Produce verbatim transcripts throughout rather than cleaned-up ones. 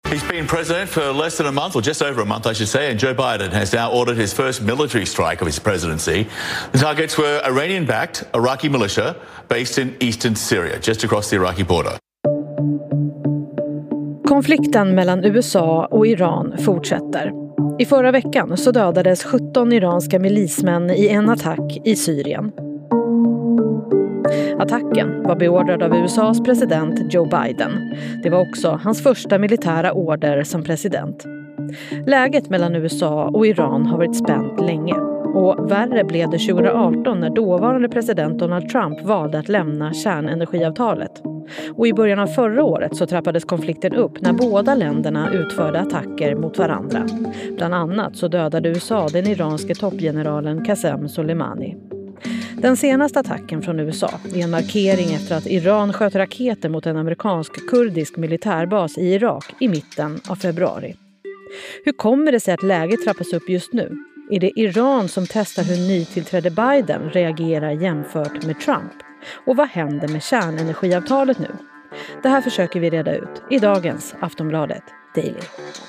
He's been president for less than a month, or just over a month, I should say, and Joe Biden has now ordered his first military strike of his presidency. The targets were Iranian-backed Iraqi militia based in eastern Syria, just across the Iraqi border. Konflikten mellan U S A och Iran fortsätter. I förra veckan så dödades sjutton iranska milismän i en attack i Syrien. Attacken var beordrad av U S A:s president Joe Biden. Det var också hans första militära order som president. Läget mellan U S A och Iran har varit spänt länge. Och värre blev det tjugo arton när dåvarande president Donald Trump valde att lämna kärnenergiavtalet. Och i början av förra året så trappades konflikten upp när båda länderna utförde attacker mot varandra. Bland annat så dödade U S A den iranske toppgeneralen Qasem Soleimani. Den senaste attacken från U S A är en markering efter att Iran sköt raketer mot en amerikansk-kurdisk militärbas i Irak i mitten av februari. Hur kommer det sig att läget trappas upp just nu? Är det Iran som testar hur nytillträdde Biden reagerar jämfört med Trump? Och vad händer med kärnenergiavtalet nu? Det här försöker vi reda ut i dagens Aftonbladet Daily.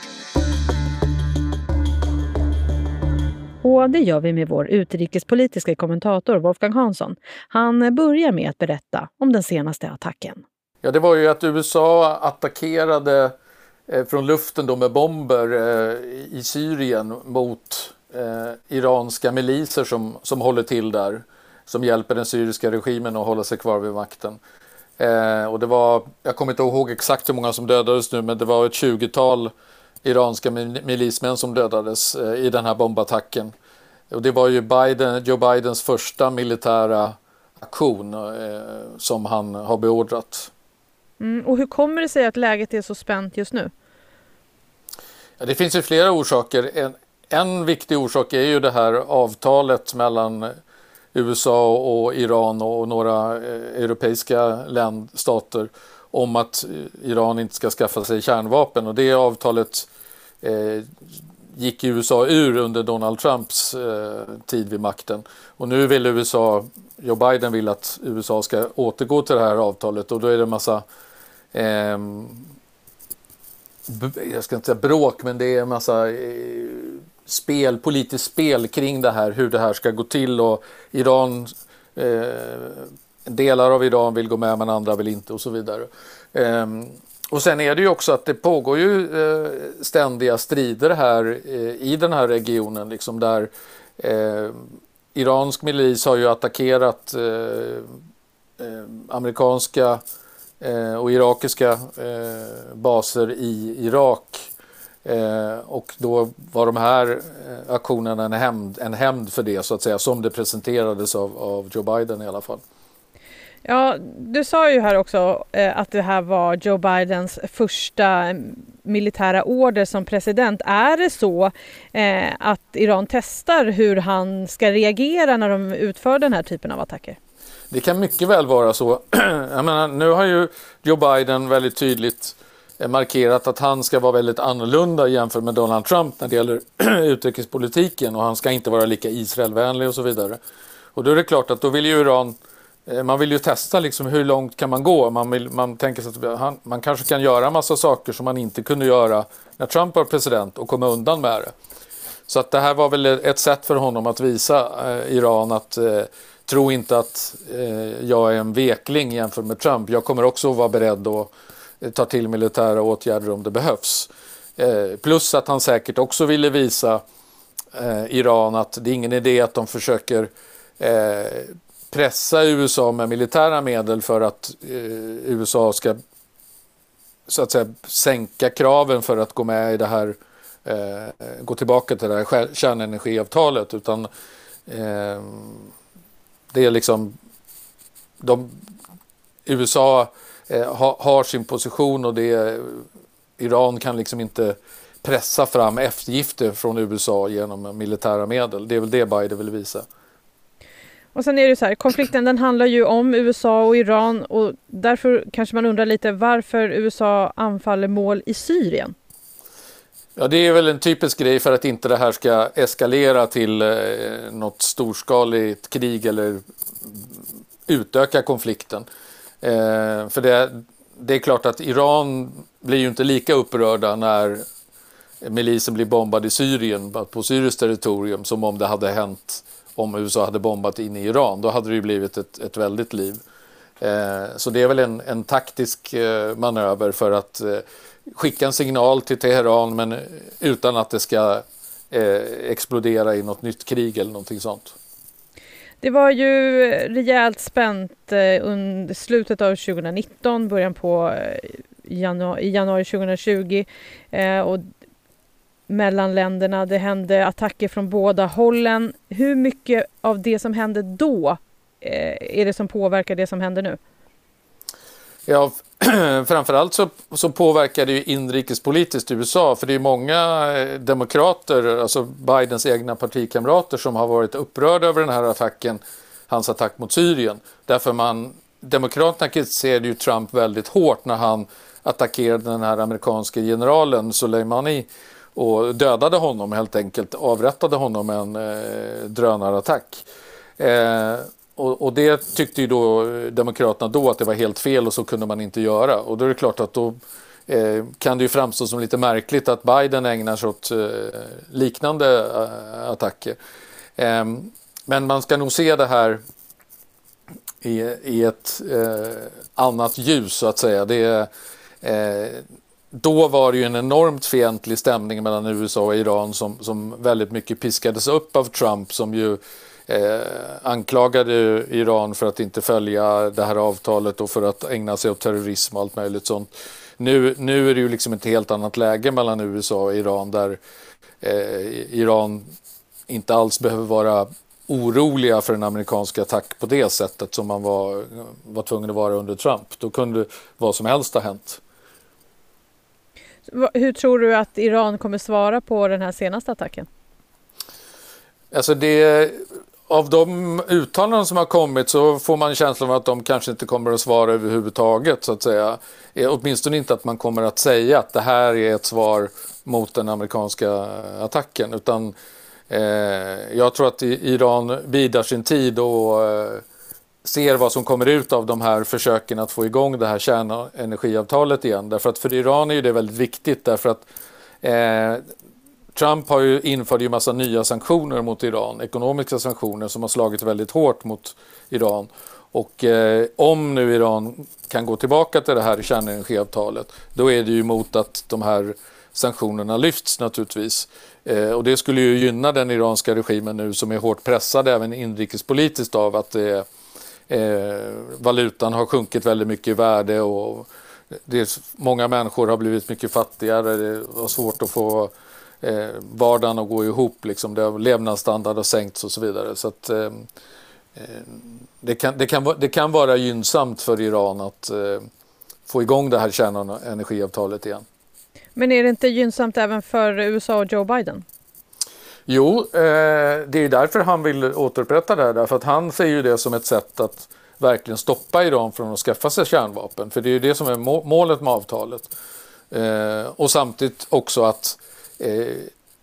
Och det gör vi med vår utrikespolitiska kommentator Wolfgang Hansson. Han börjar med att berätta om den senaste attacken. Ja, det var ju att U S A attackerade eh, från luften då med bomber eh, i Syrien mot eh, iranska miliser som, som håller till där. Som hjälper den syriska regimen att hålla sig kvar vid makten. Eh, och det var, jag kommer inte ihåg exakt hur många som dödades nu, men det var ett tjugotal iranska milismän som dödades eh, i den här bombattacken. Och det var ju Biden, Joe Bidens första militära aktion eh, som han har beordrat. Mm, och hur kommer det sig att läget är så spänt just nu? Ja, det finns ju flera orsaker. En, en viktig orsak är ju det här avtalet mellan U S A och Iran och några eh, europeiska länd, stater om att Iran inte ska skaffa sig kärnvapen. Och det avtalet eh, gick U S A ur under Donald Trumps eh, tid vid makten. Och nu vill U S A, Joe Biden vill att U S A ska återgå till det här avtalet. Och då är det en massa, eh, b- jag ska inte säga bråk, men det är en massa eh, spel, politiskt spel kring det här, hur det här ska gå till. Och Iran, eh, delar av Iran vill gå med men andra vill inte och så vidare. Eh, och sen är det ju också att det pågår ju eh, ständiga strider här eh, i den här regionen, liksom där eh, iransk milis har ju attackerat eh, eh, amerikanska eh, och irakiska eh, baser i Irak. Eh, och då var de här eh, aktionerna en hämnd, en hämnd för det, så att säga, som det presenterades av, av Joe Biden i alla fall. Ja, du sa ju här också eh, att det här var Joe Bidens första militära order som president. Är det så eh, att Iran testar hur han ska reagera när de utför den här typen av attacker? Det kan mycket väl vara så. Jag menar, nu har ju Joe Biden väldigt tydligt markerat att han ska vara väldigt annorlunda jämfört med Donald Trump när det gäller utrikespolitiken, och han ska inte vara lika Israelvänlig och så vidare. Och då är det klart att då vill ju Iran, man vill ju testa liksom hur långt kan man gå. Man, vill, man tänker sig att han, man kanske kan göra en massa saker som man inte kunde göra när Trump var president och komma undan med det. Så att det här var väl ett sätt för honom att visa eh, Iran att eh, tro inte att eh, jag är en vekling jämfört med Trump. Jag kommer också vara beredd att ta till militära åtgärder om det behövs. Eh, plus att han säkert också ville visa eh, Iran att det är ingen idé att de försöker eh, pressa U S A med militära medel för att eh, U S A ska, så att säga, sänka kraven för att gå med i det här, eh, gå tillbaka till det här kärnenergiavtalet, utan eh, det är liksom de, U S A eh, ha, har sin position, och det, Iran kan liksom inte pressa fram eftergifter från U S A genom militära medel. Det är väl det Biden vill visa. Och sen är det så här, konflikten den handlar ju om U S A och Iran, och därför kanske man undrar lite varför U S A anfaller mål i Syrien. Ja, det är väl en typisk grej för att inte det här ska eskalera till eh, något storskaligt krig eller utöka konflikten. Eh, för det, det är klart att Iran blir ju inte lika upprörda när milisen blir bombad i Syrien på syriskt territorium som om det hade hänt om U S A hade bombat in i Iran. Då hade det ju blivit ett, ett väldigt liv. Eh, så det är väl en, en taktisk eh, manöver för att eh, skicka en signal till Teheran men utan att det ska eh, explodera i något nytt krig eller någonting sånt. Det var ju rejält spänt under slutet av tjugonitton, början på januari, i januari tjugohundratjugo och mellan länderna. Det hände attacker från båda hållen. Hur mycket av det som hände då är det som påverkar det som händer nu? Ja, framförallt så, så påverkar det ju inrikespolitiskt i U S A, för det är många demokrater, alltså Bidens egna partikamrater, som har varit upprörda över den här attacken, hans attack mot Syrien. Därför man, demokraterna kritiserade ju Trump väldigt hårt när han attackerade den här amerikanska generalen Soleimani och dödade honom, helt enkelt avrättade honom med en eh, drönarattack. Eh, Och, och det tyckte ju då demokraterna då att det var helt fel och så kunde man inte göra. Och då är det klart att då eh, kan det ju framstå som lite märkligt att Biden ägnar sig åt eh, liknande eh, attacker. Eh, men man ska nog se det här i, i ett eh, annat ljus så att säga. Det, eh, då var det ju en enormt fientlig stämning mellan U S A och Iran som, som väldigt mycket piskades upp av Trump, som ju Eh, anklagade Iran för att inte följa det här avtalet och för att ägna sig åt terrorism och allt möjligt sånt. Nu, nu är det ju liksom ett helt annat läge mellan U S A och Iran, där eh, Iran inte alls behöver vara oroliga för en amerikansk attack på det sättet som man var, var tvungen att vara under Trump. Då kunde vad som helst ha hänt. Hur tror du att Iran kommer svara på den här senaste attacken? Alltså det... Av de uttalanden som har kommit så får man känslan av att de kanske inte kommer att svara överhuvudtaget, så att säga. Åtminstone inte att man kommer att säga att det här är ett svar mot den amerikanska attacken. Utan eh, jag tror att Iran bidar sin tid och eh, ser vad som kommer ut av de här försöken att få igång det här kärnenergiavtalet igen. Därför att för Iran är ju det väldigt viktigt, därför att eh, Trump har ju infört en massa nya sanktioner mot Iran, ekonomiska sanktioner som har slagit väldigt hårt mot Iran. Och eh, om nu Iran kan gå tillbaka till det här kärnenergiavtalet, då är det ju mot att de här sanktionerna lyfts naturligtvis. Eh, och det skulle ju gynna den iranska regimen nu, som är hårt pressad även inrikespolitiskt av att eh, eh, valutan har sjunkit väldigt mycket i värde och det är, många människor har blivit mycket fattigare, det var svårt att få Eh, vardagen att gå ihop, liksom. Det, levnadsstandard har sänkts och så vidare. Så att, eh, det, kan, det, kan, det kan vara gynnsamt för Iran att eh, få igång det här kärnenergiavtalet igen. Men är det inte gynnsamt även för U S A och Joe Biden? Jo, eh, det är därför han vill återupprätta det här. Därför att han ser ju det som ett sätt att verkligen stoppa Iran från att skaffa sig kärnvapen. För det är ju det som är må- målet med avtalet. Eh, och samtidigt också att Eh,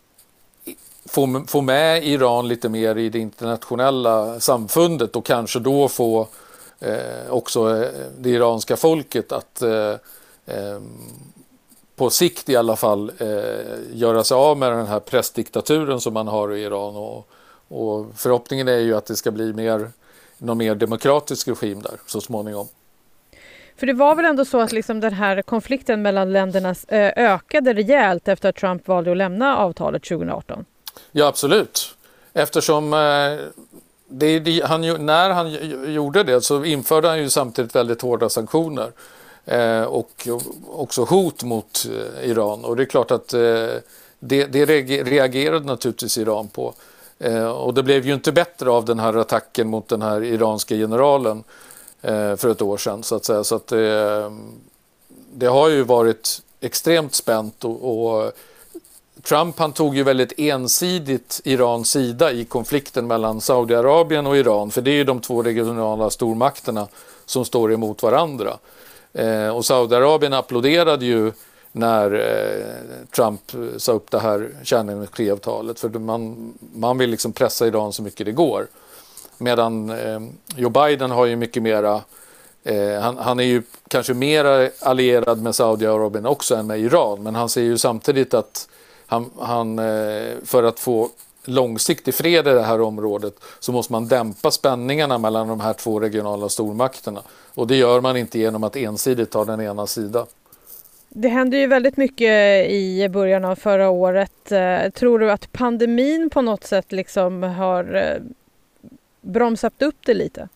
få, få med Iran lite mer i det internationella samfundet och kanske då få eh, också eh, det iranska folket att eh, eh, på sikt i alla fall eh, göra sig av med den här pressdiktaturen som man har i Iran, och, och förhoppningen är ju att det ska bli mer, någon mer demokratisk regim där så småningom. För det var väl ändå så att liksom den här konflikten mellan länderna ökade rejält efter att Trump valde att lämna avtalet tjugoarton? Ja, absolut. Eftersom eh, det, det, han, när han gjorde det så införde han ju samtidigt väldigt hårda sanktioner eh, och också hot mot eh, Iran. Och det är klart att eh, det, det reagerade naturligtvis Iran på. Eh, och det blev ju inte bättre av den här attacken mot den här iranska generalen för ett år sedan, så att säga. Så att det, det har ju varit extremt spänt och, och Trump, han tog ju väldigt ensidigt Irans sida i konflikten mellan Saudiarabien och Iran, för det är ju de två regionala stormakterna som står emot varandra. Eh, och Saudiarabien applåderade ju när eh, Trump sa upp det här kärnenergiavtalet, för man, man vill liksom pressa Iran så mycket det går. Medan eh, Joe Biden har ju mycket mera Eh, han, han är ju kanske mer allierad med Saudiarabien också än med Iran, men han ser ju samtidigt att han, han eh, för att få långsiktig fred i det här området så måste man dämpa spänningarna mellan de här två regionala stormakterna. Och det gör man inte genom att ensidigt ta den ena sidan. Det hände ju väldigt mycket i början av förra året. Tror du att pandemin på något sätt liksom har bromsat upp det lite?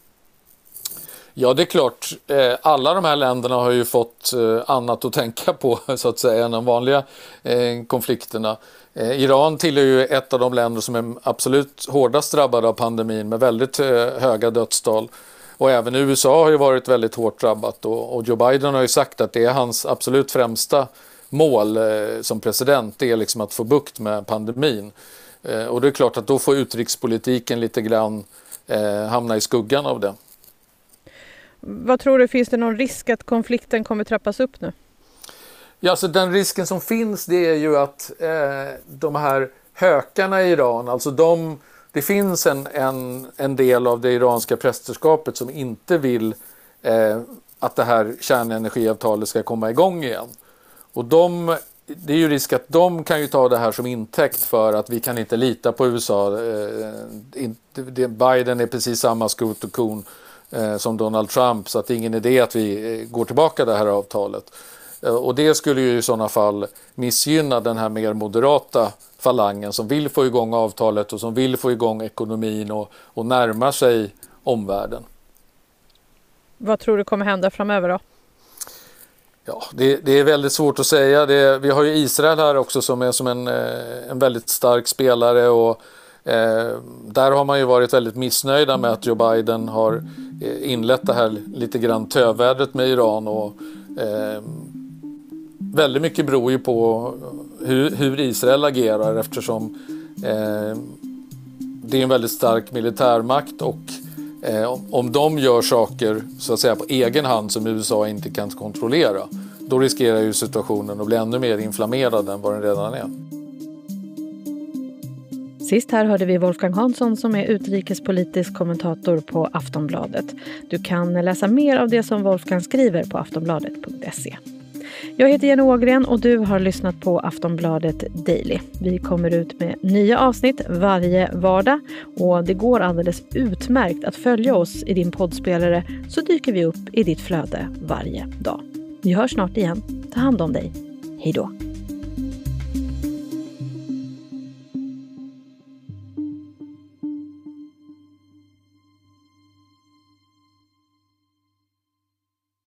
Ja, det är klart. Alla de här länderna har ju fått annat att tänka på så att säga än de vanliga konflikterna. Iran tillhör ju ett av de länder som är absolut hårdast drabbade av pandemin med väldigt höga dödstal. Och även U S A har ju varit väldigt hårt drabbat och Joe Biden har ju sagt att det är hans absolut främsta mål som president, det är liksom att få bukt med pandemin. Och det är klart att då får utrikespolitiken lite grann hamna i skuggan av det. Vad tror du, finns det någon risk att konflikten kommer trappas upp nu? Ja, så den risken som finns, det är ju att eh, de här hökarna i Iran, alltså de, det finns en, en, en del av det iranska prästerskapet som inte vill eh, att det här kärnenergiavtalet ska komma igång igen. Och de, det är ju risk att de kan ju ta det här som intäkt för att vi kan inte lita på U S A. Eh, inte, det, Biden är precis samma skot och kon eh, som Donald Trump, så att det är ingen idé att vi eh, går tillbaka det här avtalet. Och det skulle ju i sådana fall missgynna den här mer moderata falangen som vill få igång avtalet och som vill få igång ekonomin och, och närma sig omvärlden. Vad tror du kommer hända framöver då? Ja, det, det är väldigt svårt att säga. Det, vi har ju Israel här också som är som en, en väldigt stark spelare och eh, där har man ju varit väldigt missnöjda med att Joe Biden har inlett det här lite grann tövädret med Iran och eh, väldigt mycket beror ju på hur, hur Israel agerar eftersom eh, det är en väldigt stark militärmakt och eh, om, om de gör saker så att säga på egen hand som U S A inte kan kontrollera, då riskerar ju situationen att bli ännu mer inflammerad än vad den redan är. Sist här hörde vi Wolfgang Hansson som är utrikespolitisk kommentator på Aftonbladet. Du kan läsa mer av det som Wolfgang skriver på aftonbladet punkt se. Jag heter Jenny Ågren och du har lyssnat på Aftonbladet Daily. Vi kommer ut med nya avsnitt varje vardag och det går alldeles utmärkt att följa oss i din poddspelare så dyker vi upp i ditt flöde varje dag. Vi hörs snart igen. Ta hand om dig. Hej då!